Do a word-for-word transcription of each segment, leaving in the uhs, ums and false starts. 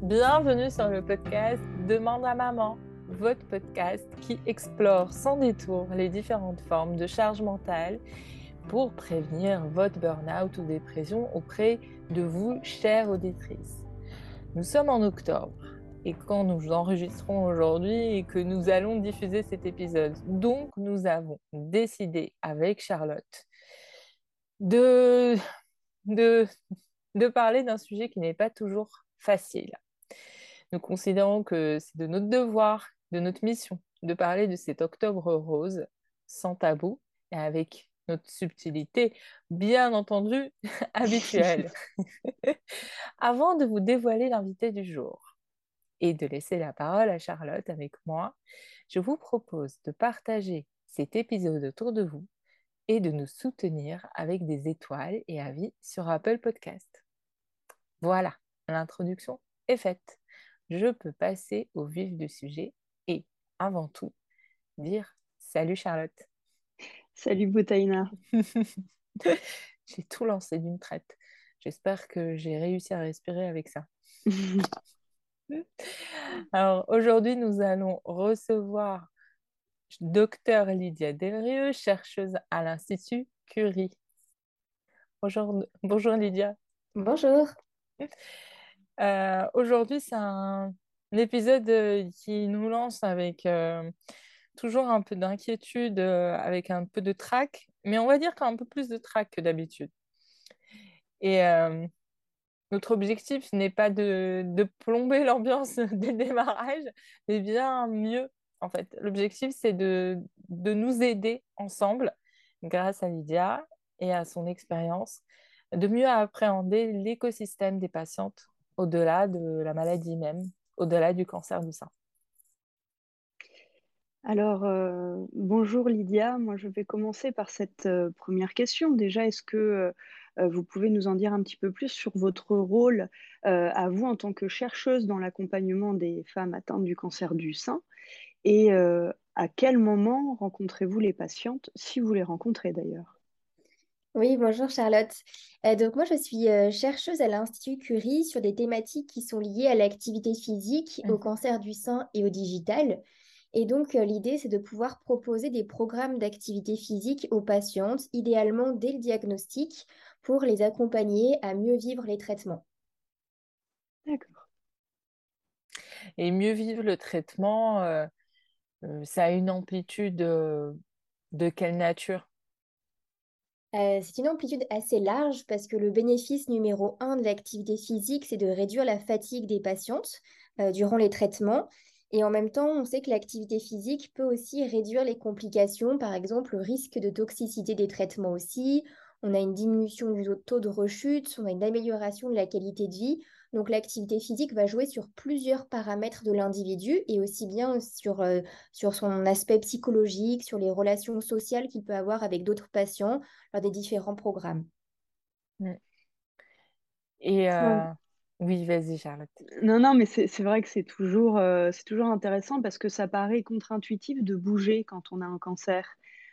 Bienvenue sur le podcast Demande à maman, votre podcast qui explore sans détour les différentes formes de charge mentale pour prévenir votre burn-out ou dépression auprès de vous, chères auditrices. Nous sommes en octobre et quand nous enregistrons aujourd'hui et que nous allons diffuser cet épisode, donc nous avons décidé avec Charlotte de, de, de parler d'un sujet qui n'est pas toujours facile. Nous considérons que c'est de notre devoir, de notre mission, de parler de cet octobre rose, sans tabou et avec notre subtilité, bien entendu, habituelle. Avant de vous dévoiler l'invité du jour et de laisser la parole à Charlotte avec moi, je vous propose de partager cet épisode autour de vous et de nous soutenir avec des étoiles et avis sur Apple Podcast. Voilà, l'introduction est faite. Je peux passer au vif du sujet et, avant tout, dire salut Charlotte. Salut Boutaina. J'ai tout lancé d'une traite. J'espère que j'ai réussi à respirer avec ça. Alors, aujourd'hui, nous allons recevoir Docteur Lydia Delrieux, chercheuse à l'Institut Curie. Bonjour, bonjour Lydia. Bonjour. Euh, aujourd'hui, c'est un, un épisode euh, qui nous lance avec euh, toujours un peu d'inquiétude, euh, avec un peu de trac, mais on va dire qu'il y a un peu plus de trac que d'habitude. Et euh, notre objectif n'est pas de, de plomber l'ambiance dès le démarrage, mais bien mieux, en fait. L'objectif, c'est de, de nous aider ensemble, grâce à Lydia et à son expérience, de mieux appréhender l'écosystème des patientes au-delà de la maladie même, au-delà du cancer du sein. Alors, euh, bonjour Lydia. Moi, je vais commencer par cette euh, première question. Déjà, est-ce que euh, vous pouvez nous en dire un petit peu plus sur votre rôle euh, à vous en tant que chercheuse dans l'accompagnement des femmes atteintes du cancer du sein? Et euh, à quel moment rencontrez-vous les patientes, si vous les rencontrez d'ailleurs? Oui, bonjour Charlotte. Euh, donc moi, je suis euh, chercheuse à l'Institut Curie sur des thématiques qui sont liées à l'activité physique, au Mhm. cancer du sein et au digital. Et donc, euh, l'idée, c'est de pouvoir proposer des programmes d'activité physique aux patientes, idéalement dès le diagnostic, pour les accompagner à mieux vivre les traitements. D'accord. Et mieux vivre le traitement, euh, euh, ça a une amplitude euh, de quelle nature? Euh, c'est une amplitude assez large parce que le bénéfice numéro un de l'activité physique, c'est de réduire la fatigue des patientes euh, durant les traitements. Et en même temps, on sait que l'activité physique peut aussi réduire les complications, par exemple le risque de toxicité des traitements aussi. On a une diminution du taux de rechute, on a une amélioration de la qualité de vie. Donc l'activité physique va jouer sur plusieurs paramètres de l'individu et aussi bien sur, euh, sur son aspect psychologique, sur les relations sociales qu'il peut avoir avec d'autres patients lors des différents programmes. Mm. Et C'est euh, oui, vas-y, Charlotte. Non, non, mais c'est c'est vrai que c'est toujours, euh, c'est toujours intéressant parce que ça paraît contre-intuitif de bouger quand on a un cancer,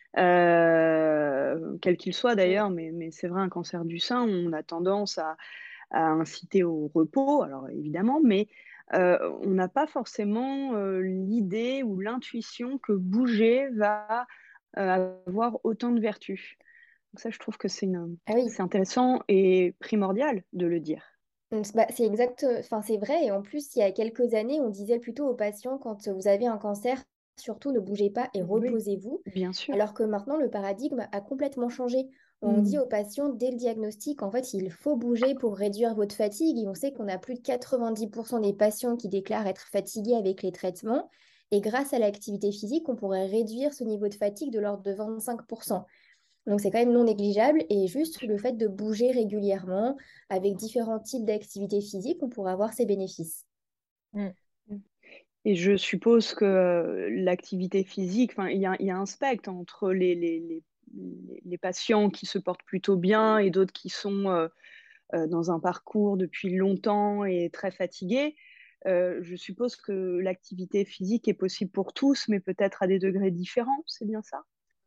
euh, quel qu'il soit Mm. d'ailleurs, mais, mais c'est vrai, un cancer du sein, on a tendance à, à inciter au repos, alors évidemment, mais euh, on n'a pas forcément euh, l'idée ou l'intuition que bouger va euh, avoir autant de vertus. Donc ça, je trouve que c'est une- Ah oui, c'est intéressant et primordial de le dire. Mm, c'est bah, c'est exact, enfin c'est vrai. Et en plus, il y a quelques années, on disait plutôt aux patients quand vous avez un cancer, surtout ne bougez pas et Oui, reposez-vous. bien sûr. Alors que maintenant, le paradigme a complètement changé. On dit Mm. aux patients dès le diagnostic, en fait, il faut bouger pour réduire votre fatigue. Et on sait qu'on a plus de quatre-vingt-dix pour cent des patients qui déclarent être fatigués avec les traitements. Et grâce à l'activité physique, on pourrait réduire ce niveau de fatigue de l'ordre de vingt-cinq pour cent. Donc c'est quand même non négligeable et juste le fait de bouger régulièrement avec différents types d'activités physiques, on pourra avoir ces bénéfices. Mm. Et je suppose que euh, l'activité physique, enfin, il y a, il y a un spectre entre les, les, les, les patients qui se portent plutôt bien et d'autres qui sont euh, euh, dans un parcours depuis longtemps et très fatigués. Euh, je suppose que l'activité physique est possible pour tous, mais peut-être à des degrés différents, c'est bien ça?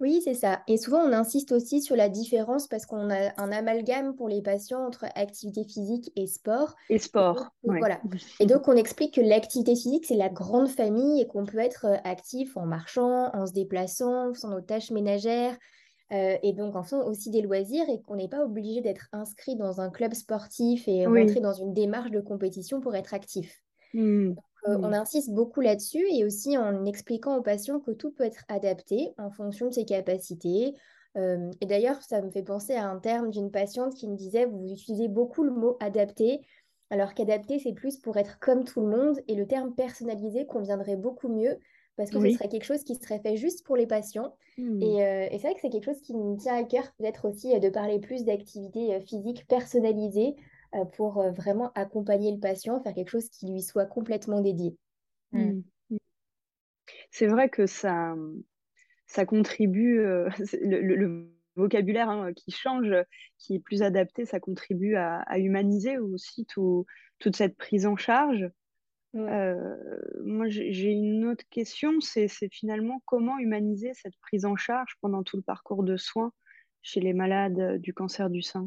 Oui, c'est ça. Et souvent, on insiste aussi sur la différence parce qu'on a un amalgame pour les patients entre activité physique et sport. Et Et donc, sport, euh, oui. voilà. Et donc, on explique que l'activité physique, c'est la grande famille et qu'on peut être euh, actif en marchant, en se déplaçant, en faisant nos tâches ménagères, euh, et donc en faisant aussi des loisirs et qu'on n'est pas obligé d'être inscrit dans un club sportif et rentrer Oui. dans une démarche de compétition pour être actif. Mm, Euh, on mm. insiste beaucoup là-dessus et aussi en expliquant aux patients que tout peut être adapté en fonction de ses capacités. Euh, et d'ailleurs, ça me fait penser à un terme d'une patiente qui me disait, vous utilisez beaucoup le mot adapté, alors qu'adapté, c'est plus pour être comme tout le monde et le terme personnalisé conviendrait beaucoup mieux parce que ce Oui. serait quelque chose qui serait fait juste pour les patients. Mm. Et, euh, et c'est vrai que c'est quelque chose qui me tient à cœur, peut-être aussi euh, de parler plus d'activités euh, physiques personnalisées euh, pour euh, vraiment accompagner le patient, faire quelque chose qui lui soit complètement dédié. Mm. Mm. Mm. C'est vrai que ça, ça contribue, euh, c'est le, le- le vocabulaire hein, qui change, qui est plus adapté, ça contribue à, à humaniser aussi tout- toute cette prise en charge. Mm. Euh, moi, j'ai j'ai une autre question, c'est c'est finalement comment humaniser cette prise en charge pendant tout le parcours de soins chez les malades euh, du cancer du sein.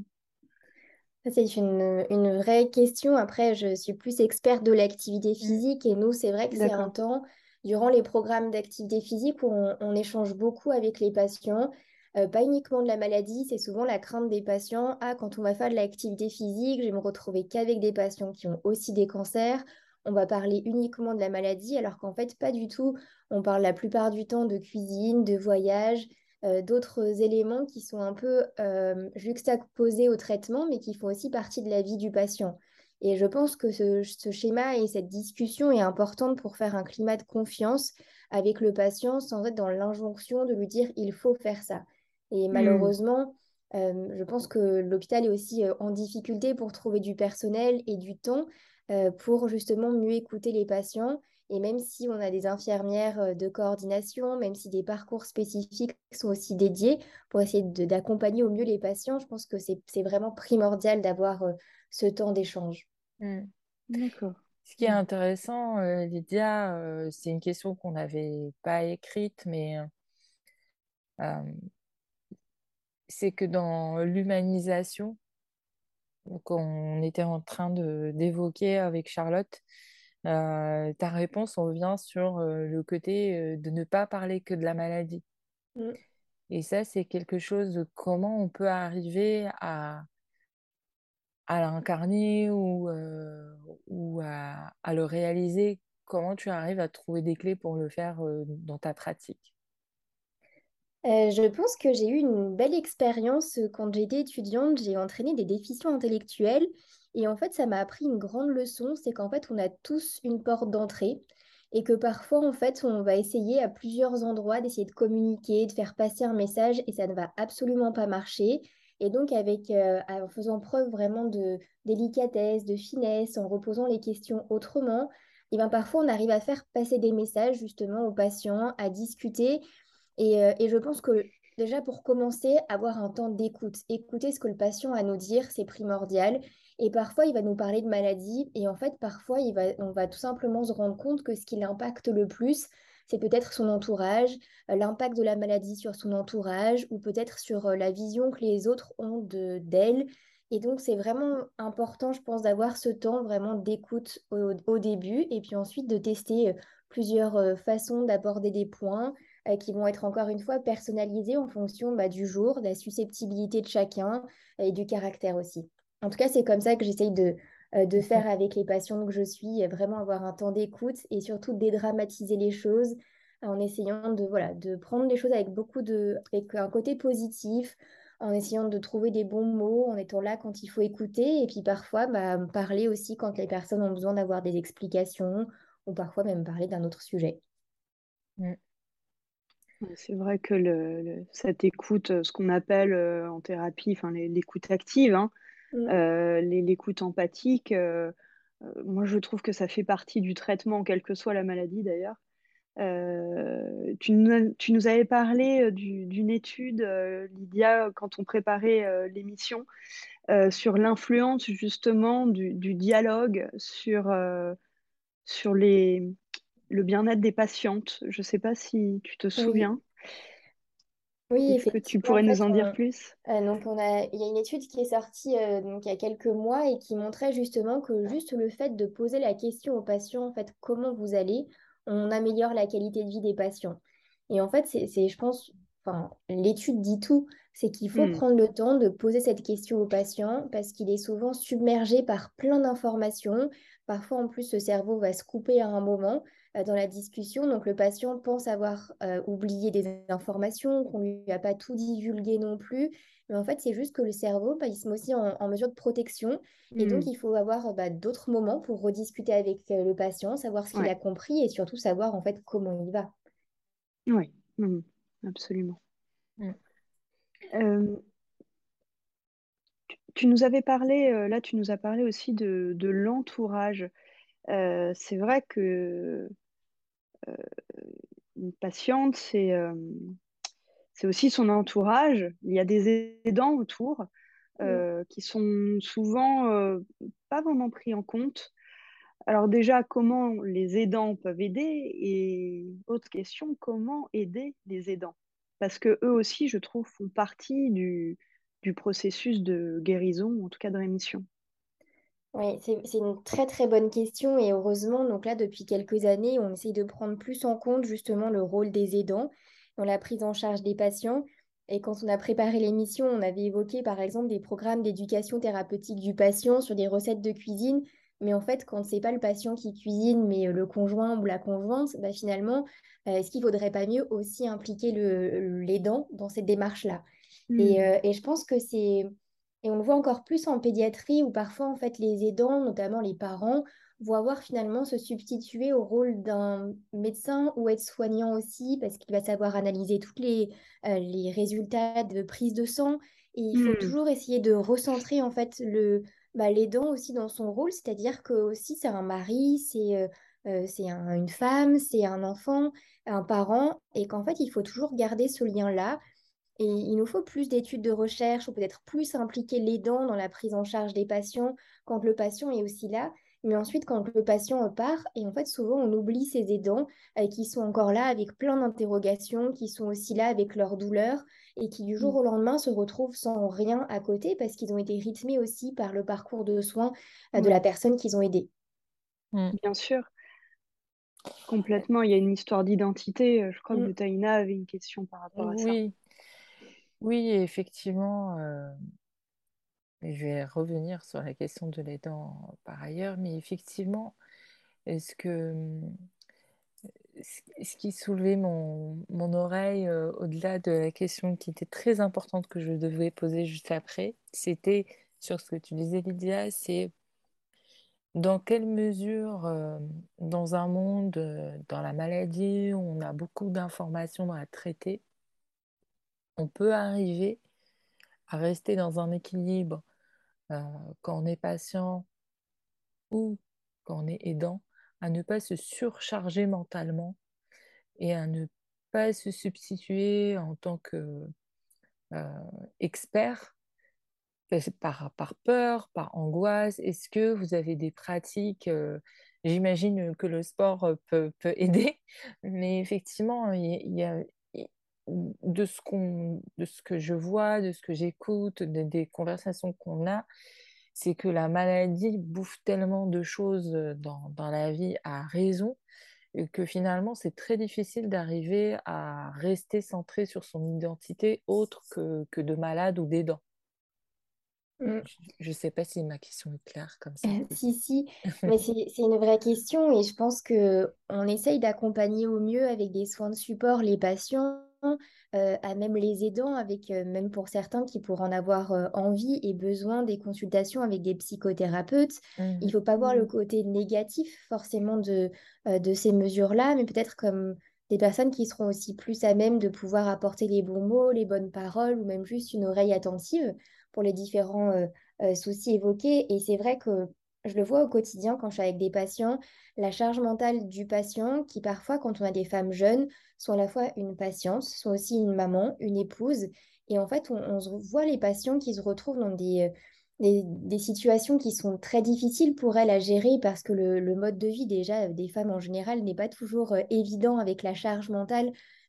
Ça, c'est une, une vraie question. Après, je suis plus experte de l'activité Mm. physique et nous, c'est vrai que c'est un D'accord. temps durant les programmes d'activité physique où on, on échange beaucoup avec les patients. Euh, pas uniquement de la maladie, c'est souvent la crainte des patients. Ah, quand on va faire de l'activité physique, je vais me retrouver qu'avec des patients qui ont aussi des cancers. On va parler uniquement de la maladie, alors qu'en fait, pas du tout. On parle la plupart du temps de cuisine, de voyage, euh, d'autres éléments qui sont un peu euh, juxtaposés au traitement, mais qui font aussi partie de la vie du patient. Et je pense que ce, ce schéma et cette discussion est importante pour faire un climat de confiance avec le patient sans être dans l'injonction de lui dire il faut faire ça. Et Hmm. malheureusement, euh, je pense que l'hôpital est aussi euh, en difficulté pour trouver du personnel et du temps euh, pour justement mieux écouter les patients et même si on a des infirmières euh, de coordination, même si des parcours spécifiques sont aussi dédiés pour essayer de- d'accompagner au mieux les patients, je pense que c'est, c'est vraiment primordial d'avoir euh, ce temps d'échange. Mm. D'accord. Ce qui est Hmm. intéressant, euh, Lydia, euh, c'est une question qu'on n'avait pas écrite, mais euh, c'est que dans l'humanisation qu'on était en train de d'évoquer avec Charlotte, euh, ta réponse, on revient sur euh, le côté euh, de ne pas parler que de la maladie. Mm. Et ça, c'est quelque chose de comment on peut arriver à, à l'incarner ou, euh, ou à, à le réaliser. Comment tu arrives à trouver des clés pour le faire euh, dans ta pratique? Euh, je pense que j'ai eu une belle expérience euh, quand j'étais étudiante. J'ai entraîné des déficients intellectuels et en fait, ça m'a appris une grande leçon, c'est qu'en fait, on a tous une porte d'entrée et que parfois, en fait, on va essayer à plusieurs endroits d'essayer de communiquer, de faire passer un message et ça ne va absolument pas marcher. Et donc, avec, euh, en faisant preuve vraiment de délicatesse, de finesse, en reposant les questions autrement, et bien parfois, on arrive à faire passer des messages justement aux patients, à discuter. Et, euh, et je pense que déjà pour commencer, avoir un temps d'écoute, écouter ce que le patient a à nous dire, c'est primordial. Et parfois, il va nous parler de maladie. Et en fait, parfois, il va, on va tout simplement se rendre compte que ce qui l'impacte le plus, c'est peut-être son entourage, euh, l'impact de la maladie sur son entourage, ou peut-être sur euh, la vision que les autres ont de, d'elle. Et donc, c'est vraiment important, je pense, d'avoir ce temps vraiment d'écoute au, au début, et puis ensuite de tester euh, plusieurs euh, façons d'aborder des points euh, qui vont être encore une fois personnalisées en fonction bah, du jour, de la susceptibilité de chacun et du caractère aussi. En tout cas, c'est comme ça que j'essaye de, euh, de faire avec les patients que je suis, euh, vraiment avoir un temps d'écoute et surtout dédramatiser les choses en essayant de, voilà, de prendre les choses avec beaucoup de, avec un côté positif, en essayant de trouver des bons mots, en étant là quand il faut écouter, et puis parfois bah, parler aussi quand les personnes ont besoin d'avoir des explications, ou parfois même parler d'un autre sujet. Mm. Ouais, c'est vrai que le, le- cette écoute, euh, ce qu'on appelle euh, en thérapie, enfin les- l'écoute active, hein, Mm. euh, les- l'écoute empathique, euh, euh, moi je trouve que ça fait partie du traitement, quelle que soit la maladie d'ailleurs. Euh, tu nous, tu nous avais parlé euh, du- d'une étude, euh, Lydia, quand on préparait euh, l'émission, euh, sur l'influence justement du, du dialogue sur, euh, sur les, le bien-être des patientes. Je ne sais pas si tu te Oui. souviens. Oui, Est-ce que tu effectivement, en pourrais nous fait, en dire on, plus? euh, donc on a, il y a une étude qui est sortie euh, donc il y a quelques mois et qui montrait justement que juste le fait de poser la question aux patients, en fait, comment vous allez, on améliore la qualité de vie des patients. Et en fait, c'est, c'est, je pense, enfin, l'étude dit tout, c'est qu'il faut Hmm. prendre le temps de poser cette question aux patients parce qu'il est souvent submergé par plein d'informations. Parfois, en plus, le cerveau va se couper à un moment euh, dans la discussion. Donc, le patient pense avoir euh, oublié des informations, qu'on ne lui a pas tout divulgué non plus. Mais en fait, c'est juste que le cerveau, bah, il se met aussi en, en mesure de protection. Et donc, Hmm. il faut avoir bah, d'autres moments pour rediscuter avec euh, le patient, savoir ce qu'il a Ouais, compris et surtout savoir en fait comment il va. ouais, hmm, absolument. Mm. Euh, Tu nous avais parlé, euh, là, tu nous as parlé aussi de, de l'entourage. Euh, c'est vrai que euh, une patiente, c'est euh, c'est aussi son entourage. Il y a des aidants autour Mm. euh, qui sont souvent euh, pas vraiment pris en compte. Alors déjà, comment les aidants peuvent aider? Et autre question, comment aider les aidants? Parce que eux aussi, je trouve, font partie du, du processus de guérison, ou en tout cas de rémission. Oui, c'est, c'est une très très bonne question et heureusement, donc là, depuis quelques années, on essaye de prendre plus en compte justement le rôle des aidants dans la prise en charge des patients. Et quand on a préparé l'émission, on avait évoqué par exemple des programmes d'éducation thérapeutique du patient sur des recettes de cuisine. Mais en fait, quand c'est pas le patient qui cuisine, mais euh, le conjoint ou la conjointe, bah finalement, euh, est-ce qu'il vaudrait pas mieux aussi impliquer le, l'aidant dans cette démarche-là? Et, Hmm. euh, et je pense que c'est... Et on le voit encore plus en pédiatrie où parfois, en fait, les aidants, notamment les parents, vont avoir finalement se substituer au rôle d'un médecin ou aide-soignant aussi, parce qu'il va savoir analyser tous les, euh, les résultats de prise de sang. Et il faut Hmm. toujours essayer de recentrer, en fait, le, bah, l'aidant aussi dans son rôle, c'est-à-dire que aussi c'est un mari, c'est euh, euh, c'est un- une femme, c'est un enfant, un parent, et qu'en fait, il faut toujours garder ce lien-là et il nous faut plus d'études de recherche ou peut-être plus impliquer l'aidant dans la prise en charge des patients quand le patient est aussi là. Mais ensuite, quand le patient part, et en fait, souvent, on oublie ces aidants euh, qui sont encore là avec plein d'interrogations, qui sont aussi là avec leurs douleurs et qui du jour Hmm. au lendemain se retrouvent sans rien à côté parce qu'ils ont été rythmés aussi par le parcours de soins euh, de la Ouais, personne qu'ils ont aidée. Mm. bien sûr, complètement. Il y a une histoire d'identité. Euh, Je crois que Mm. Boutaïna avait une question par rapport à ça. Oui, oui, effectivement. euh, et je vais revenir sur la question de l'aidant par ailleurs, mais effectivement, est-ce que hum, ce ce qui soulevait mon, mon oreille euh, au-delà de la question qui était très importante que je devais poser juste après, c'était sur ce que tu disais, Lydia, c'est dans quelle mesure, euh, dans un monde, euh, dans la maladie, où on a beaucoup d'informations à traiter, on peut arriver à rester dans un équilibre euh, quand on est patient ou quand on est aidant, à ne pas se surcharger mentalement et à ne pas se substituer en tant que euh, expert parce- par, par peur, par angoisse. Est-ce que vous avez des pratiques, euh, j'imagine que le sport euh, peut, peut aider, mais effectivement, il y, a, il y a- il- de ce qu'on, de ce que je vois, de ce que j'écoute, de- des conversations qu'on a, c'est que la maladie bouffe tellement de choses euh, dans, dans la vie à raison et que finalement, c'est très difficile d'arriver à rester centré sur son identité autre que, que de malade ou d'aidant. Mm. Je ne sais pas si ma question est claire comme ça. Euh, Si, si, mais c'est c'est une vraie question et je pense que on essaye d'accompagner au mieux avec des soins de support les patients, euh, à même les aidants, avec euh, même pour certains qui pourraient en avoir euh, envie et besoin des consultations avec des psychothérapeutes. Il Mhm. faut pas voir le Hmm. côté négatif forcément de, euh, de ces mesures-là, mais peut-être comme des personnes qui seront aussi plus à même de pouvoir apporter les bons mots, les bonnes paroles ou même juste une oreille attentive pour les différents euh, euh, soucis évoqués. Et c'est vrai que je le vois au quotidien quand je suis avec des patients, la charge mentale du patient qui parfois, quand on a des femmes jeunes, sont à la fois une patiente, sont aussi une maman, une épouse. Et en fait, on, on se voit les patients qui se retrouvent dans des, euh, des, des situations qui sont très difficiles pour elles à gérer parce que le, le mode de vie déjà euh, des femmes en général n'est pas toujours euh, évident avec la charge mentale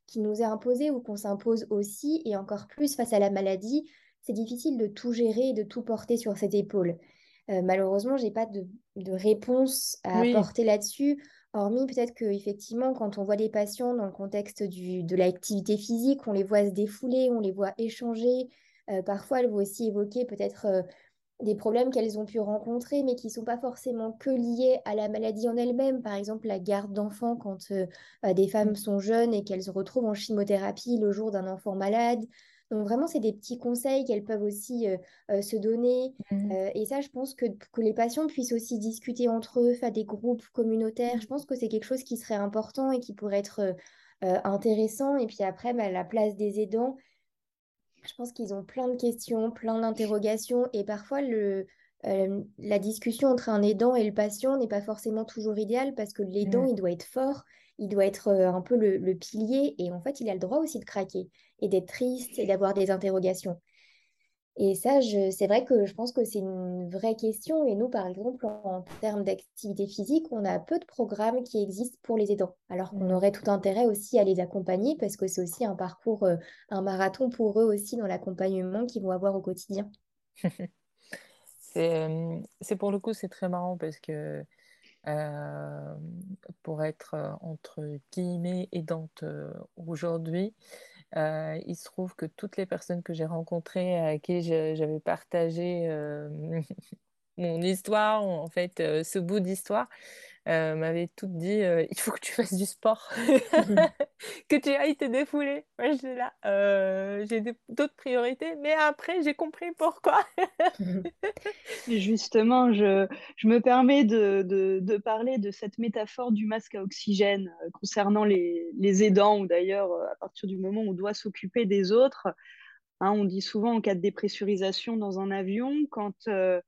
qui nous est imposé ou qu'on s'impose aussi, et encore plus face à la maladie, c'est difficile de tout gérer et de tout porter sur ses épaules. Euh, malheureusement, j'ai pas de, de réponse à Oui. apporter là-dessus, hormis peut-être que effectivement, quand on voit des patients dans le contexte du, de l'activité physique, on les voit se défouler, on les voit échanger. Euh, parfois, elles vont aussi évoquer peut-être euh, des problèmes qu'elles ont pu rencontrer, mais qui ne sont pas forcément que liés à la maladie en elle-même. Par exemple, la garde d'enfants quand euh, euh, des femmes sont jeunes et qu'elles se retrouvent en chimiothérapie le jour d'un enfant malade. Donc vraiment, c'est des petits conseils qu'elles peuvent aussi euh, euh, se donner. Mhm. Euh, et ça, je pense que, que les patients puissent aussi discuter entre eux, faire des groupes communautaires. Je pense que c'est quelque chose qui serait important et qui pourrait être euh, euh, intéressant. Et puis après, bah, la place des aidants. Je pense qu'ils ont plein de questions, plein d'interrogations et parfois le, euh, la discussion entre un aidant et le patient n'est pas forcément toujours idéale parce que l'aidant, Mhm. il doit être fort, il doit être euh, un peu le, le pilier et en fait, il a le droit aussi de craquer et d'être triste et d'avoir des interrogations. Et ça, je, c'est vrai que je pense que c'est une vraie question. Et nous, par exemple, en, en termes d'activité physique, on a peu de programmes qui existent pour les aidants, alors qu'on Mhm. aurait tout intérêt aussi à les accompagner parce que c'est aussi un parcours, euh, un marathon pour eux aussi dans l'accompagnement qu'ils vont avoir au quotidien. C'est, euh, c'est pour le coup, c'est très marrant parce que euh, pour être euh, entre guillemets aidante euh, aujourd'hui, euh, il se trouve que toutes les personnes que j'ai rencontrées, à qui je- j'avais partagé euh, mon histoire, en fait, euh, ce bout d'histoire, euh, m'avaient toutes dit euh, il faut que tu fasses du sport, que tu ailles te défouler. Moi, j'étais là, euh, j'ai des- d'autres priorités, mais après, j'ai compris pourquoi. Et justement, je, je me permets de, de, de parler de cette métaphore du masque à oxygène euh, concernant les, les aidants, ou d'ailleurs, euh, à partir du moment où on doit s'occuper des autres. Hein, on dit souvent en cas de dépressurisation dans un avion, quand euh,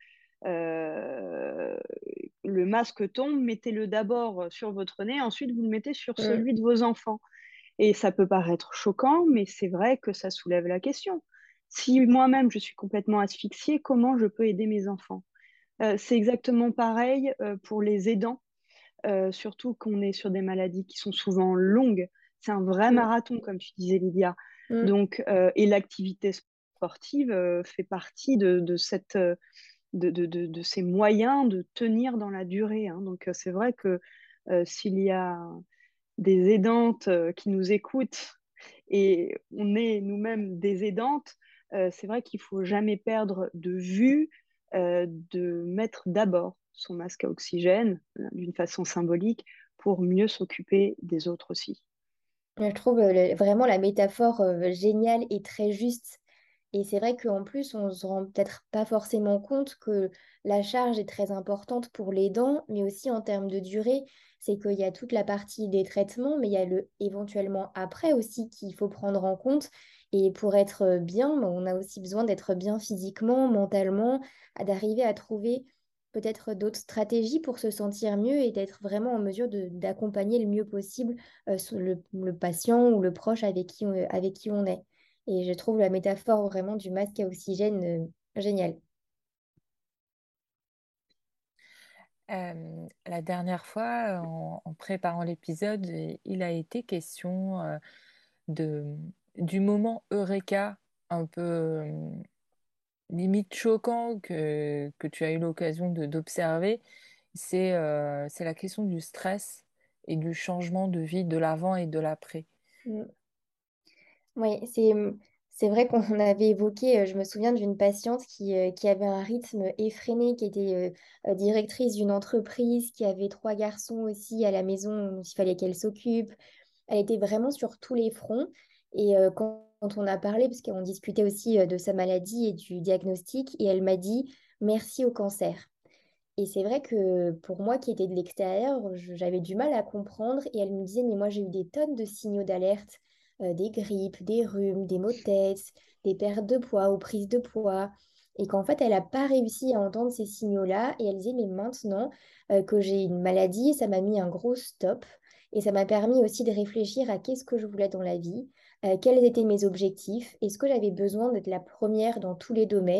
euh, le masque tombe, mettez-le d'abord sur votre nez, ensuite vous le mettez sur Mm, celui de vos enfants. Et ça peut paraître choquant, mais c'est vrai que ça soulève la question. Si moi-même je suis complètement asphyxiée, comment je peux aider mes enfants? Euh, c'est exactement pareil euh, pour les aidants, euh, surtout qu'on est sur des maladies qui sont souvent longues. C'est un vrai mm, marathon, comme tu disais, Lydia. mm. Donc, euh, et l'activité sportive euh, fait partie de, de cette, euh, de, de, de, de ces moyens de tenir dans la durée. Hein. Donc, euh, c'est vrai que euh, s'il y a des aidantes euh, qui nous écoutent et on est nous-mêmes des aidantes, euh, c'est vrai qu'il faut jamais perdre de vue euh, de mettre d'abord son masque à oxygène euh, d'une façon symbolique pour mieux s'occuper des autres aussi. Je trouve euh, le- vraiment la métaphore euh, géniale et très juste. Et c'est vrai qu'en plus, on se rend peut-être pas forcément compte que la charge est très importante pour les dents, mais aussi en termes de durée. C'est qu'il y a toute la partie des traitements, mais il y a le éventuellement après aussi qu'il faut prendre en compte. Et pour être euh, bien, ben, on a aussi besoin d'être bien physiquement, mentalement, à- d'arriver à trouver peut-être d'autres stratégies pour se sentir mieux et d'être vraiment en mesure de, d'accompagner le mieux possible euh, sur le, le patient ou le proche avec qui on, avec qui on est. Et je trouve la métaphore vraiment du masque à oxygène euh, géniale. Euh, la dernière fois, en, en préparant l'épisode, il a été question euh, de, du moment Eureka, un peu euh, limite choquant que, que tu as eu l'occasion de, d'observer. C'est euh, c'est la question du stress et du changement de vie de l'avant et de l'après. Mm. Oui, c'est, c'est vrai qu'on avait évoqué, euh, je me souviens d'une patiente qui, euh, qui avait un rythme effréné, qui était euh, euh, directrice d'une entreprise, qui avait trois garçons aussi à la maison dont il fallait qu'elle s'occupe. Elle était vraiment sur tous les fronts. Et euh, quand, quand on a parlé, parce qu'on discutait aussi euh, de sa maladie et du diagnostic, et elle m'a dit merci au cancer. Et c'est vrai que pour moi qui étais de l'extérieur, je- j'avais du mal à comprendre. Et elle me disait, mais moi j'ai eu des tonnes de signaux d'alerte, euh, des grippes, des rhumes, des maux de tête, des pertes de poids ou prises de poids. Et qu'en fait, elle n'a pas réussi à entendre ces signaux-là. Et elle disait, mais maintenant euh, que j'ai une maladie, ça m'a mis un gros stop. Et ça m'a permis aussi de réfléchir à qu'est-ce que je voulais dans la vie, euh, quels étaient mes objectifs, est-ce que j'avais besoin d'être la première dans tous les domaines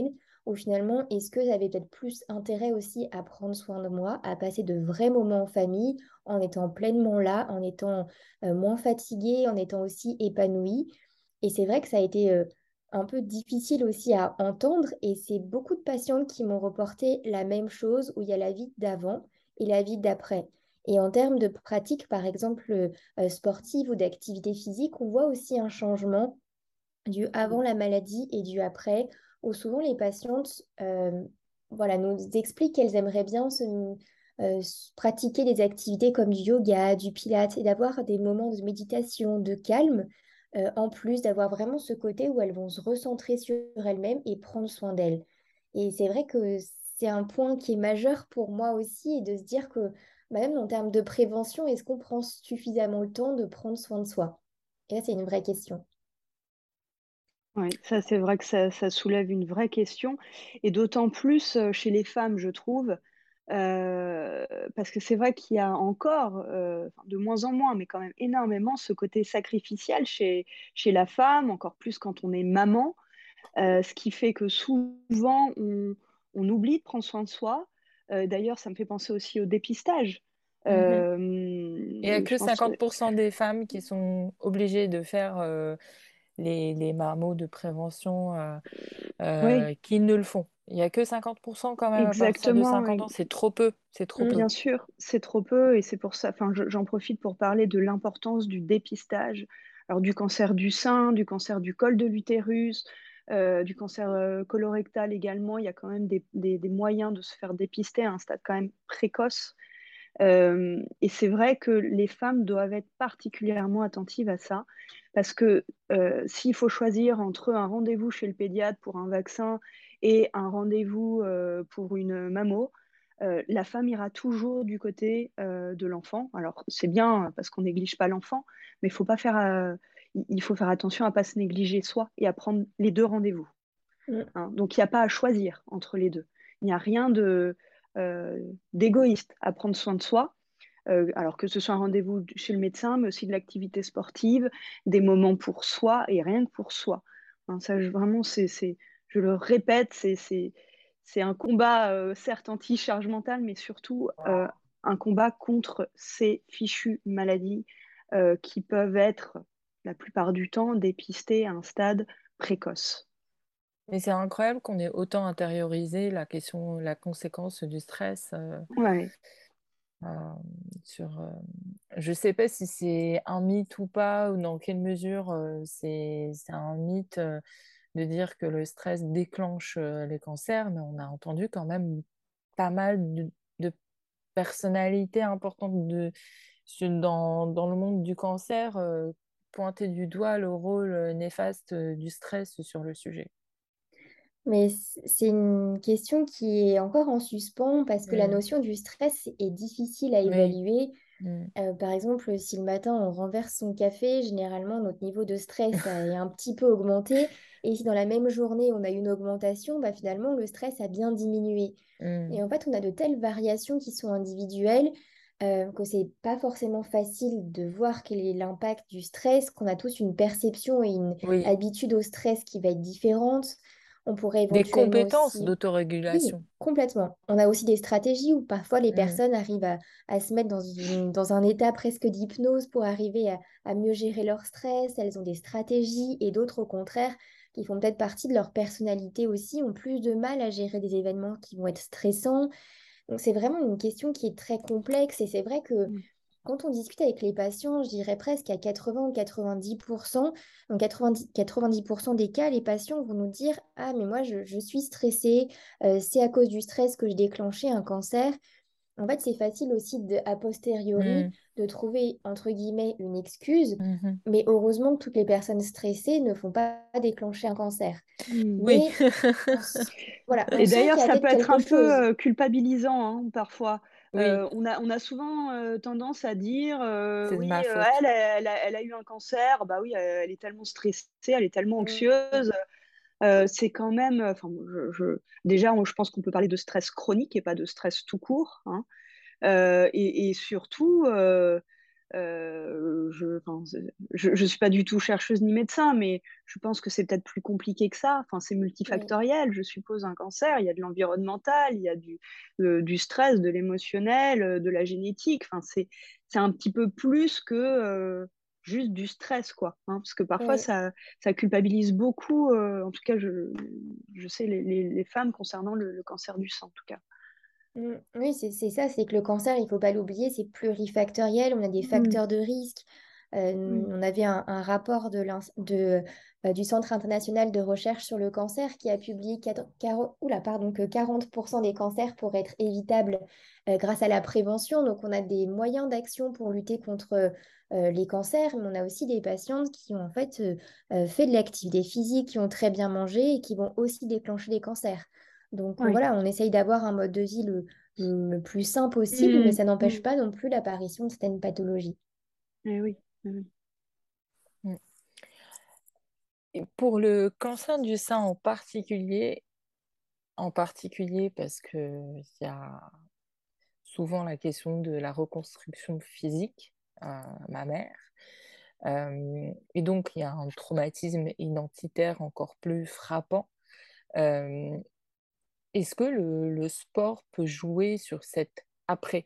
où finalement, est-ce que j'avais peut-être plus intérêt aussi à prendre soin de moi, à passer de vrais moments en famille, en étant pleinement là, en étant euh, moins fatiguée, en étant aussi épanouie. Et c'est vrai que ça a été euh, un peu difficile aussi à entendre, et c'est beaucoup de patientes qui m'ont reporté la même chose, où il y a la vie d'avant et la vie d'après. Et en termes de pratique, par exemple, euh, sportive ou d'activité physique, on voit aussi un changement du avant la maladie et du après, où souvent les patientes euh, voilà, nous expliquent qu'elles aimeraient bien se, euh, s- pratiquer des activités comme du yoga, du pilates, et d'avoir des moments de méditation, de calme, euh, en plus d'avoir vraiment ce côté où elles vont se recentrer sur elles-mêmes et prendre soin d'elles. Et c'est vrai que c'est un point qui est majeur pour moi aussi, et de se dire que bah, même en termes de prévention, est-ce qu'on prend suffisamment le temps de prendre soin de soi? Et là, c'est une vraie question. Oui, ça c'est vrai que ça, ça soulève une vraie question, et d'autant plus euh, chez les femmes, je trouve, euh, parce que c'est vrai qu'il y a encore, euh, enfin, de moins en moins, mais quand même énormément, ce côté sacrificiel chez, chez la femme, encore plus quand on est maman, euh, ce qui fait que souvent on, on oublie de prendre soin de soi. Euh, d'ailleurs, ça me fait penser aussi au dépistage. Mhm. Euh, Il n'y a je que pense, cinquante pour cent des femmes qui sont obligées de faire euh, les, les marmots de prévention euh, oui, euh, qui ne le font. Il n'y a que cinquante pour cent quand même à partir de exactement. cinquante ans. C'est trop peu. C'est trop Mm. peu. Bien sûr, c'est trop peu, et c'est pour ça, enfin, je- j'en profite pour parler de l'importance du dépistage, alors du cancer du sein, du cancer du col de l'utérus, euh, du cancer euh, colorectal également. Il y a quand même des, des- des moyens de se faire dépister à un stade quand même précoce. Euh, et c'est vrai que les femmes doivent être particulièrement attentives à ça, parce que euh, s'il faut choisir entre un rendez-vous chez le pédiatre pour un vaccin et un rendez-vous euh, pour une mammo, euh, la femme ira toujours du côté euh, de l'enfant. Alors c'est bien parce qu'on néglige pas l'enfant, mais il faut pas faire, euh, il faut faire attention à pas se négliger soi et à prendre les deux rendez-vous. Mm. Hein. Donc il n'y a pas à choisir entre les deux. Il n'y a rien de euh, d'égoïste à prendre soin de soi, euh, alors que ce soit un rendez-vous chez le médecin, mais aussi de l'activité sportive, des moments pour soi et rien que pour soi. Hein, ça, je- vraiment, c'est, c'est, je le répète, c'est, c'est, c'est un combat, euh, certes anti-charge mentale, mais surtout euh, un combat contre ces fichues maladies euh, qui peuvent être, la plupart du temps, dépistées à un stade précoce. Mais c'est incroyable qu'on ait autant intériorisé la question, la conséquence du stress. euh, Ouais. euh, sur, euh, je sais pas si c'est un mythe ou pas, ou dans quelle mesure euh, c'est c'est un mythe euh, de dire que le stress déclenche euh, les cancers, mais on a entendu quand même pas mal de, de personnalités importantes de, sur- dans, dans le monde du cancer euh, pointer du doigt le rôle euh, néfaste euh, du stress sur le sujet. Mais c- c'est une question qui est encore en suspens, parce que la Mm. notion du stress est difficile à Oui. évaluer. Mm. Euh, par exemple, si le matin on renverse son café, généralement notre niveau de stress a- est un petit peu augmenté. Et si dans la même journée on a une augmentation, bah, finalement le stress a bien diminué. Mm. Et en fait, on a de telles variations qui sont individuelles, euh, que c'est pas forcément facile de voir quel est l'impact du stress, qu'on a tous une perception et une Oui. habitude au stress qui va être différente. On pourrait Des éventuellement compétences aussi... Oui, d'autorégulation. complètement. On a aussi des stratégies où parfois les Mm. personnes arrivent à, à se mettre dans une, dans un état presque d'hypnose pour arriver à, à mieux gérer leur stress. Elles ont des stratégies, et d'autres, au contraire, qui font peut-être partie de leur personnalité aussi, ont plus de mal à gérer des événements qui vont être stressants. Donc c'est vraiment une question qui est très complexe, et c'est vrai que Mm. quand on discute avec les patients, je dirais presque à quatre-vingts ou quatre-vingt-dix pour cent, donc quatre-vingt-dix, quatre-vingt-dix pour cent des cas, les patients vont nous dire: «Ah, mais moi, je, je suis stressée, euh, c'est à cause du stress que je déclenchais un cancer.» En fait, c'est facile aussi, de, a posteriori, Mm. de trouver, entre guillemets, une excuse, Mhm. mais heureusement que toutes les personnes stressées ne font pas déclencher un cancer. Mm. Oui. Mais on, s- voilà, on Et sent d'ailleurs, qu'il y a ça peut-être peut être quelque un chose. peu euh, culpabilisant, hein, parfois. Oui, Euh, on a, on a souvent euh, tendance à dire euh, c'est de oui, ma euh, faute. elle, elle a, elle a eu un cancer, bah oui, euh, elle est tellement stressée, elle est tellement Mm. anxieuse. Euh, c'est quand même, enfin, je, je- déjà, on- je pense qu'on peut parler de stress chronique et pas de stress tout court. Hein. Euh, et, et surtout, euh, Euh, je, enfin, c'est- je, je suis pas du tout chercheuse ni médecin, mais je pense que c'est peut-être plus compliqué que ça. Enfin, c'est Oui, multifactoriel, je suppose, un cancer. Il y a de l'environnemental, il y a du, euh, du stress, de l'émotionnel, euh, de la génétique. Enfin, c'est, c'est un petit peu plus que euh, juste du stress, quoi. Hein, parce que parfois, oui. ça, ça culpabilise beaucoup, euh, en tout cas, je, je sais, les, les, les femmes concernant le, le cancer du sein, en tout cas. Mm. Oui, c'est c'est ça, c'est que le cancer, il faut pas l'oublier, c'est plurifactoriel, on a des Mm, facteurs de risque. Euh, mm, on avait un, un rapport de l'ins- de, euh, du Centre international de recherche sur le cancer qui a publié quatre- quar- oula, pardon, que quarante pour cent des cancers pourraient être évitables euh, grâce à la prévention. Donc, on a des moyens d'action pour lutter contre euh, les cancers, mais on a aussi des patientes qui ont en fait euh, euh, fait de l'activité physique, qui ont très bien mangé et qui vont aussi déclencher des cancers. Donc euh, oui. voilà, on essaye d'avoir un mode de vie le, le plus sain possible, mais Mm, ça n'empêche mm, pas non plus l'apparition de certaines pathologies. eh oui. Eh oui. Mm. Et pour le cancer du sein en particulier, en particulier parce que il y a souvent la question de la reconstruction physique à ma mère. Euh, et donc, il y a un traumatisme identitaire encore plus frappant. Euh, Est-ce que le, le sport peut jouer sur cet après?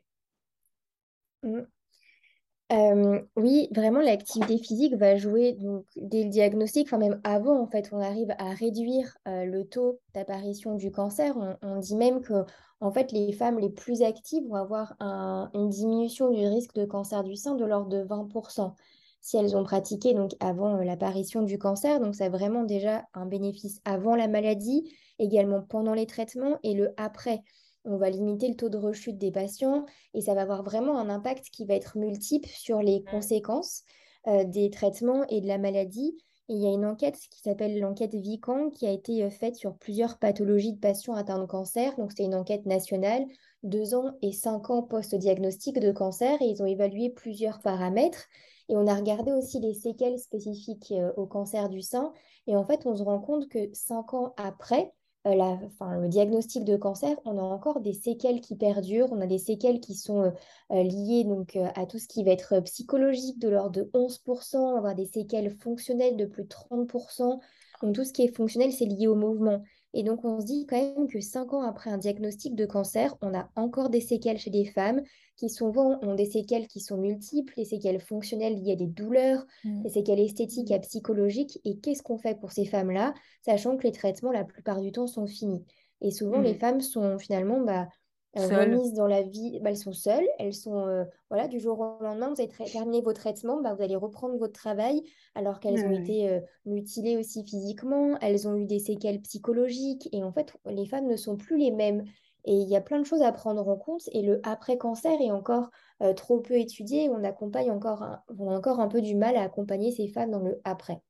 Mm. Euh, oui, vraiment, l'activité physique va jouer donc, dès le diagnostic, enfin même avant, en fait, on arrive à réduire euh, le taux d'apparition du cancer. On, on dit même que en fait, les femmes les plus actives vont avoir un- une diminution du risque de cancer du sein de l'ordre de vingt pour cent si elles ont pratiqué donc avant euh, l'apparition du cancer. Donc, ça a vraiment déjà un bénéfice avant la maladie, également pendant les traitements et le après. On va limiter le taux de rechute des patients et ça va avoir vraiment un impact qui va être multiple sur les conséquences euh, des traitements et de la maladie. Et il y a une enquête qui s'appelle l'enquête Vican qui a été euh, faite sur plusieurs pathologies de patients atteints de cancer. Donc, c'était une enquête nationale, deux ans et cinq ans post-diagnostic de cancer. Et ils ont évalué plusieurs paramètres. Et on a regardé aussi les séquelles spécifiques euh, au cancer du sein. Et en fait, on se rend compte que cinq ans après, euh, la, enfin, le diagnostic de cancer, on a encore des séquelles qui perdurent, on a des séquelles qui sont euh, euh, liées donc, euh, à tout ce qui va être euh, psychologique de l'ordre de onze pour cent, on va avoir des séquelles fonctionnelles de plus de trente pour cent. Donc tout ce qui est fonctionnel, c'est lié au mouvement. Et donc on se dit quand même que cinq ans après un diagnostic de cancer, on a encore des séquelles chez des femmes qui souvent ont des séquelles qui sont multiples, les séquelles fonctionnelles liées à des douleurs, Mm. les séquelles esthétiques Mm. et psychologiques. Et qu'est-ce qu'on fait pour ces femmes-là? Sachant que les traitements, la plupart du temps, sont finis. Et souvent, les Mm. femmes sont finalement bah, euh, Seul. remises dans la vie, bah, elles sont seules, elles sont, euh, voilà, du jour au lendemain, vous avez tra- terminé vos traitements, bah, vous allez reprendre votre travail, alors Ouais, qu'elles ont ouais. été euh, mutilées aussi physiquement, elles ont eu des séquelles psychologiques, et en fait, les femmes ne sont plus les mêmes. Et il y a plein de choses à prendre en compte, et le après-cancer est encore euh, trop peu étudié, on accompagne encore un- on a encore un peu du mal à accompagner ces femmes dans le après.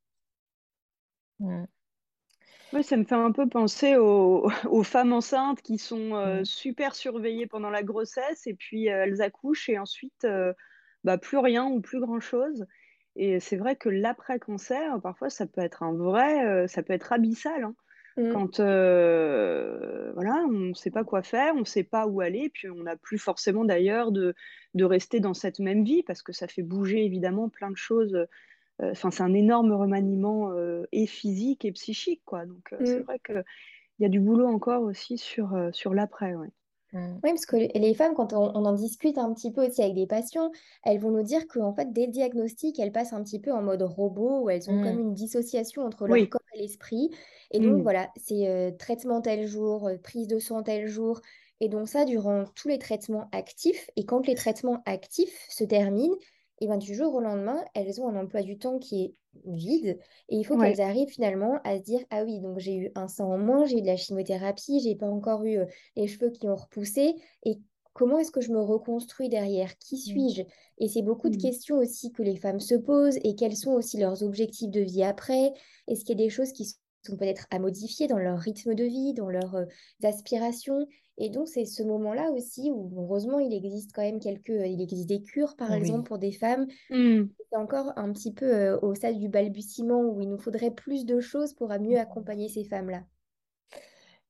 Mm. Ouais, ça me fait un peu penser aux, aux femmes enceintes qui sont euh, Mm. super surveillées pendant la grossesse et puis euh, elles accouchent et ensuite euh, bah, plus rien ou plus grand-chose. Et c'est vrai que l'après-cancer, parfois, ça peut être un vrai, euh, ça peut être abyssal, hein. Mm, Quand euh, voilà, on ne sait pas quoi faire, on ne sait pas où aller, puis on n'a plus forcément d'ailleurs de, de rester dans cette même vie parce que ça fait bouger évidemment plein de choses. Euh, Enfin, c'est un énorme remaniement euh, et physique et psychique, quoi. Donc, euh, c'est mm. vrai qu'il y a du boulot encore aussi sur, euh, sur l'après, ouais. Mm. Oui, parce que les femmes, quand on, on en discute un petit peu aussi avec des patients, elles vont nous dire qu'en fait, dès le diagnostic, elles passent un petit peu en mode robot, où elles ont comme Mm. une dissociation entre leur Oui. corps et l'esprit. Et donc, Mm. voilà, c'est euh, traitement tel jour, euh, prise de sang tel jour. Et donc, ça, durant tous les traitements actifs. Et quand les traitements actifs se terminent, et ben, du jour au lendemain, elles ont un emploi du temps qui est vide. Et il faut Ouais. qu'elles arrivent finalement à se dire, ah oui, donc j'ai eu un sang en moins, j'ai eu de la chimiothérapie, j'ai pas encore eu euh, les cheveux qui ont repoussé. Et comment est-ce que je me reconstruis derrière? Qui Mm. suis-je? Et c'est beaucoup de Mm. questions aussi que les femmes se posent et quels sont aussi leurs objectifs de vie après? Est-ce qu'il y a des choses qui sont peut-être à modifier dans leur rythme de vie, dans leurs euh, aspirations? Et donc, c'est ce moment-là aussi où, heureusement, il existe quand même quelques... euh, Il existe des cures, par exemple, Oui. pour des femmes. Mm. C'est encore un petit peu euh, au stade du balbutiement où il nous faudrait plus de choses pour à mieux accompagner ces femmes-là.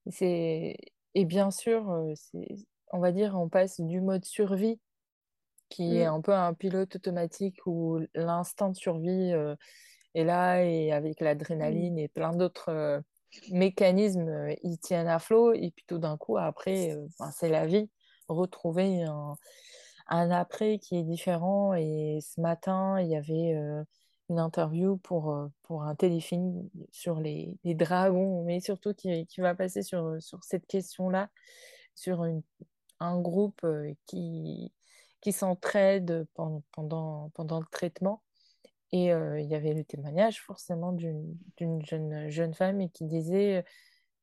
C'est... Et bien sûr, euh, c'est... on va dire, on passe du mode survie qui est Mm. un peu un pilote automatique où l'instinct de survie euh, est là et avec Mm. l'adrénaline et plein d'autres euh, mécanismes, euh, ils tiennent à flot. Et puis tout d'un coup, après, euh, ben, c'est la vie. Retrouver un, un après qui est différent. Et ce matin, il y avait euh, une interview pour, euh, pour un téléfilm sur les, les dragons, mais surtout qui, qui va passer sur, sur cette question-là, sur une, un groupe euh, qui, qui s'entraide pendant, pendant, pendant le traitement. Et euh, il y avait le témoignage forcément d'une d'une jeune, jeune femme et qui disait euh,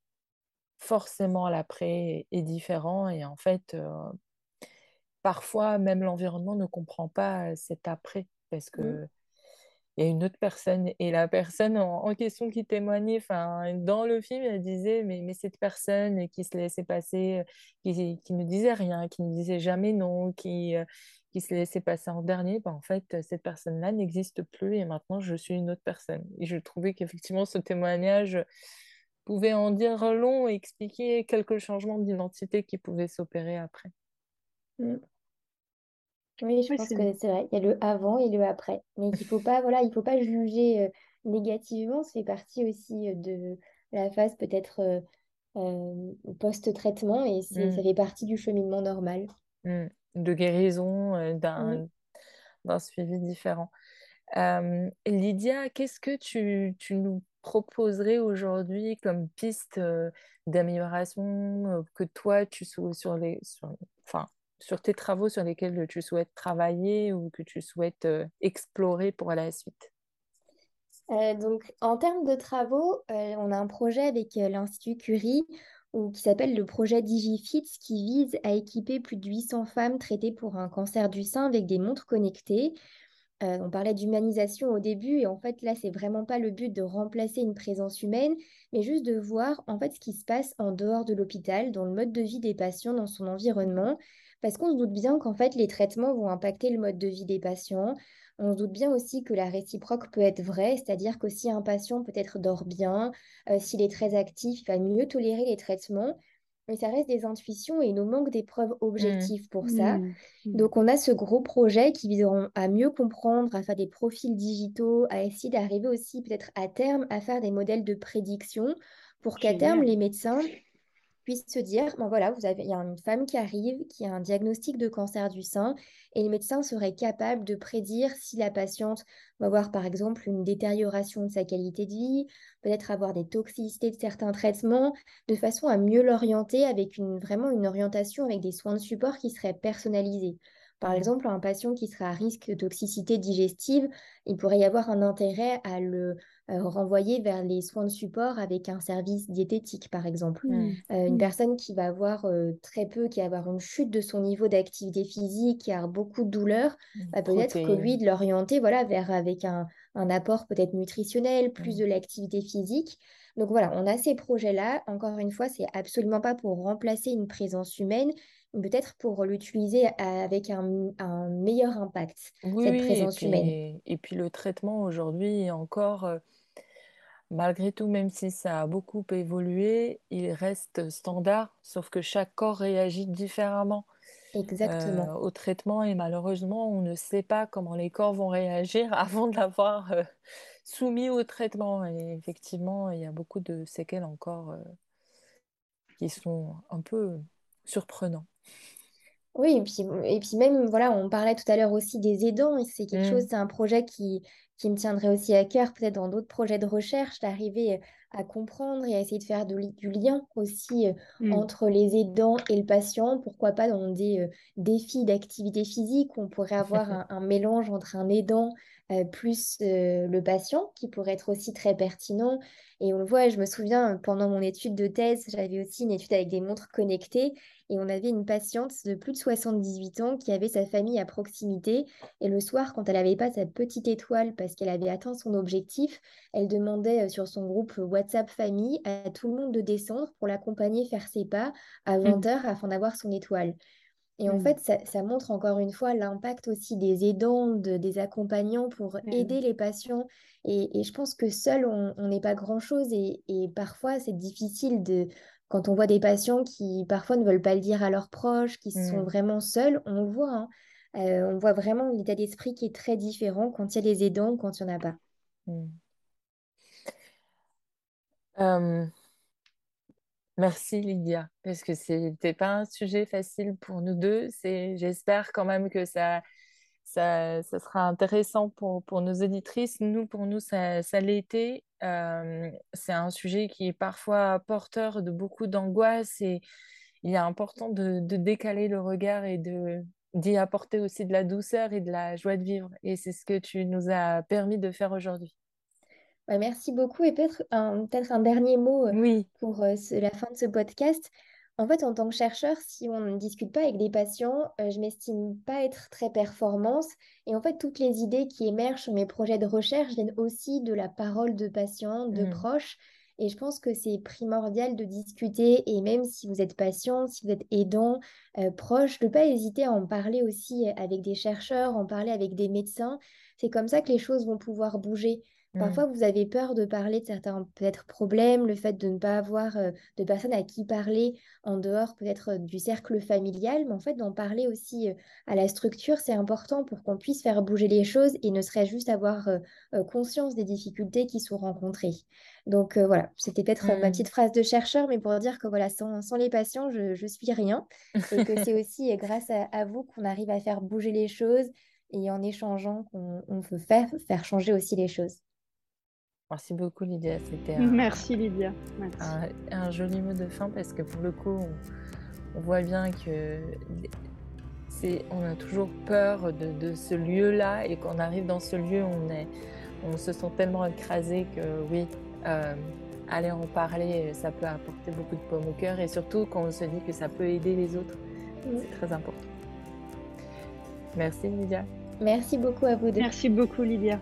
forcément l'après est différent et en fait euh, parfois même l'environnement ne comprend pas cet après parce Mm. que il y a une autre personne et la personne en, en question qui témoignait, enfin, dans le film, elle disait, mais, mais cette personne qui se laissait passer, qui, qui ne disait rien, qui ne disait jamais non, qui, euh, qui se laissait passer en dernier, ben, en fait, cette personne-là n'existe plus et maintenant je suis une autre personne. Et je trouvais qu'effectivement, ce témoignage pouvait en dire long et expliquer quelques changements d'identité qui pouvaient s'opérer après. Mm. Oui, je Ouais, pense c'est... que c'est vrai. Il y a le avant et le après. Mais qu'il faut pas, voilà, il faut pas juger euh, négativement. Ça fait partie aussi euh, de la phase peut-être euh, euh, post-traitement et c'est, Mm, ça fait partie du cheminement normal. mm. De guérison, euh, Mm. d'un d'un suivi différent. Euh, Lydia, qu'est-ce que tu, tu nous proposerais aujourd'hui comme piste euh, d'amélioration euh, que toi, tu sou- sur les, sur, enfin, sur tes travaux sur lesquels tu souhaites travailler ou que tu souhaites euh, explorer pour la suite? Euh, donc, en termes de travaux, euh, on a un projet avec euh, l'Institut Curie ou, qui s'appelle le projet DigiFit, qui vise à équiper plus de huit cents femmes traitées pour un cancer du sein avec des montres connectées. Euh, on parlait d'humanisation au début et en fait là c'est vraiment pas le but de remplacer une présence humaine, mais juste de voir en fait ce qui se passe en dehors de l'hôpital, dans le mode de vie des patients, dans son environnement, parce qu'on se doute bien qu'en fait les traitements vont impacter le mode de vie des patients. On se doute bien aussi que la réciproque peut être vraie, c'est-à-dire que si un patient peut-être dort bien, euh, s'il est très actif, il va mieux tolérer les traitements. Mais ça reste des intuitions et il nous manque des preuves Hmm, objectives pour ça. Mm. Mm. Donc, on a ce gros projet qui viseront à mieux comprendre, à faire des profils digitaux, à essayer d'arriver aussi peut-être à terme à faire des modèles de prédiction pour qu'à terme, Génial. les médecins puissent se dire, ben voilà, vous avez, il y a une femme qui arrive, qui a un diagnostic de cancer du sein, et les médecins seraient capables de prédire si la patiente va avoir par exemple une détérioration de sa qualité de vie, peut-être avoir des toxicités de certains traitements, de façon à mieux l'orienter avec une, vraiment une orientation avec des soins de support qui seraient personnalisés. Par hmm, exemple, un patient qui serait à risque de toxicité digestive, il pourrait y avoir un intérêt à le euh, renvoyer vers les soins de support avec un service diététique, par exemple. Mm. Euh, une Mm. personne qui va avoir euh, très peu, qui va avoir une chute de son niveau d'activité physique, qui a beaucoup de douleurs, hmm. bah, peut-être que lui, Protéines. de l'orienter voilà, vers avec un, un apport peut-être nutritionnel, plus Hmm, de l'activité physique. Donc voilà, on a ces projets-là. Encore une fois, c'est absolument pas pour remplacer une présence humaine, mais peut-être pour l'utiliser à- avec un, un meilleur impact, oui, cette oui, et présence humaine. puis, et puis le traitement aujourd'hui est encore, euh, malgré tout, même si ça a beaucoup évolué, il reste standard, sauf que chaque corps réagit différemment euh, Exactement. au traitement et malheureusement, on ne sait pas comment les corps vont réagir avant de l'avoir euh, soumis au traitement. Et effectivement, il y a beaucoup de séquelles encore euh, qui sont un peu surprenants. Oui, et puis, et puis même, voilà, on parlait tout à l'heure aussi des aidants, et c'est quelque chose, Mm, c'est un projet qui, qui me tiendrait aussi à cœur, peut-être dans d'autres projets de recherche, d'arriver euh, à comprendre et à essayer de faire de li- du lien aussi euh, Mm. entre les aidants et le patient, pourquoi pas dans des euh, défis d'activité physique, où on pourrait avoir un, un mélange entre un aidant euh, plus euh, le patient, qui pourrait être aussi très pertinent. Et on le voit, je me souviens, pendant mon étude de thèse, j'avais aussi une étude avec des montres connectées. Et on avait une patiente de plus de soixante-dix-huit ans qui avait sa famille à proximité. Et le soir, quand elle n'avait pas sa petite étoile parce qu'elle avait atteint son objectif, elle demandait euh, sur son groupe WhatsApp famille à tout le monde de descendre pour l'accompagner faire ses pas à vingt Mm. heures afin d'avoir son étoile. Et en Mm. fait, ça, ça montre encore une fois l'impact aussi des aidants, de- des accompagnants pour Mm. aider les patients. Et, et je pense que seul, on on n'est pas grand-chose. Et, et parfois, c'est difficile de, quand on voit des patients qui parfois ne veulent pas le dire à leurs proches, qui sont mm, vraiment seuls, on le voit, hein. Euh, on voit vraiment l'état d'esprit qui est très différent quand il y a des aidants, quand il n'y en a pas. Mm. Euh, Merci Lydia, parce que c'était pas un sujet facile pour nous deux. C'est, j'espère quand même que ça, ça, ça sera intéressant pour, pour nos auditrices. Nous, pour nous, ça, ça l'est été. Euh, c'est un sujet qui est parfois porteur de beaucoup d'angoisse et il est important de, de décaler le regard et de, d'y apporter aussi de la douceur et de la joie de vivre. Et c'est ce que tu nous as permis de faire aujourd'hui. Ouais, merci beaucoup. Et peut-être un, peut-être un dernier mot euh, Oui. pour euh, ce- la fin de ce podcast. En fait, en tant que chercheur, si on ne discute pas avec des patients, euh, je m'estime pas être très performante. Et en fait, toutes les idées qui émergent sur mes projets de recherche viennent aussi de la parole de patients, de Mm. proches. Et je pense que c'est primordial de discuter. Et même si vous êtes patient, si vous êtes aidant, euh, proche, de ne pas hésiter à en parler aussi avec des chercheurs, en parler avec des médecins. C'est comme ça que les choses vont pouvoir bouger. Mm. Parfois, vous avez peur de parler de certains peut-être problèmes, le fait de ne pas avoir euh, de personnes à qui parler en dehors peut-être euh, du cercle familial, mais en fait d'en parler aussi euh, à la structure, c'est important pour qu'on puisse faire bouger les choses et ne serait juste avoir euh, euh, conscience des difficultés qui sont rencontrées. Donc euh, voilà, c'était peut-être euh, ma Mm. petite phrase de chercheur, mais pour dire que voilà, sans, sans les patients, je, je suis rien et que c'est aussi euh, grâce à, à vous qu'on arrive à faire bouger les choses et en échangeant qu'on on peut faire, faire changer aussi les choses. Merci beaucoup, Lydia. C'était un, Merci Lydia. Merci. un, un joli mot de fin parce que pour le coup, on, on voit bien que c'est, on a toujours peur de, de ce lieu-là et quand on arrive dans ce lieu, on, est, on se sent tellement écrasé que oui, euh, aller en parler, ça peut apporter beaucoup de paume au cœur et surtout quand on se dit que ça peut aider les autres, c'est très important. Merci, Lydia. Merci beaucoup à vous deux. Merci beaucoup Lydia.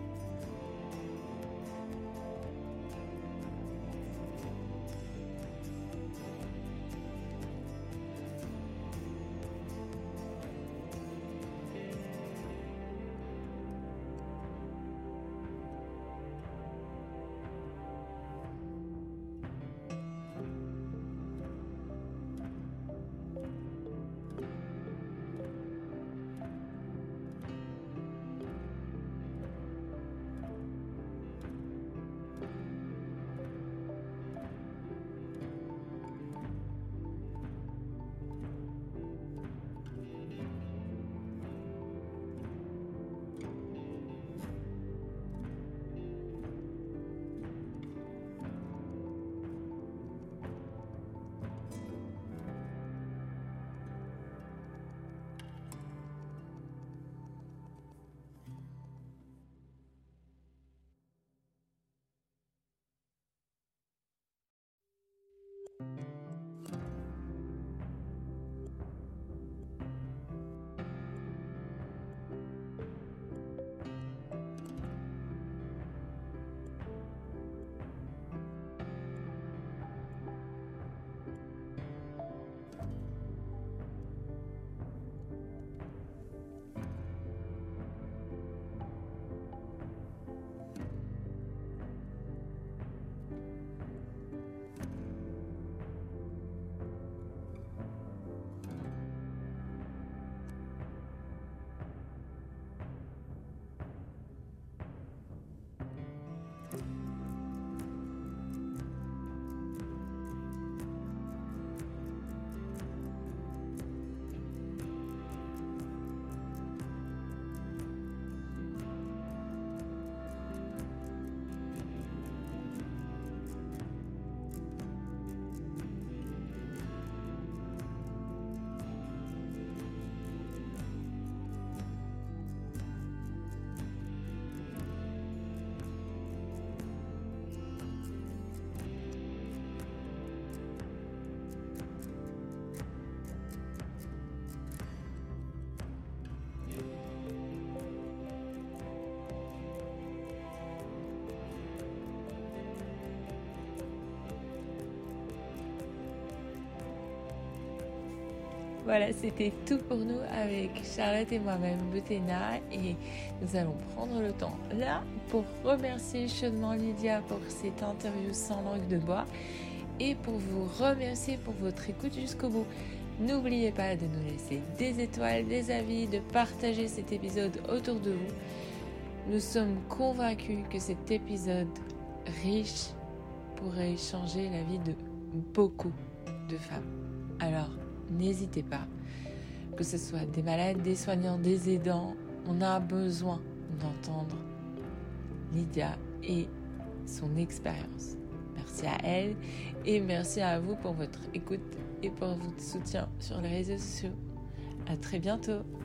Voilà, c'était tout pour nous avec Charlotte et moi-même, Butena, et nous allons prendre le temps là pour remercier chaudement Lydia pour cette interview sans langue de bois et pour vous remercier pour votre écoute jusqu'au bout. N'oubliez pas de nous laisser des étoiles, des avis, de partager cet épisode autour de vous. Nous sommes convaincus que cet épisode riche pourrait changer la vie de beaucoup de femmes. Alors, n'hésitez pas, que ce soit des malades, des soignants, des aidants, on a besoin d'entendre Lydia et son expérience. Merci à elle et merci à vous pour votre écoute et pour votre soutien sur les réseaux sociaux. À très bientôt.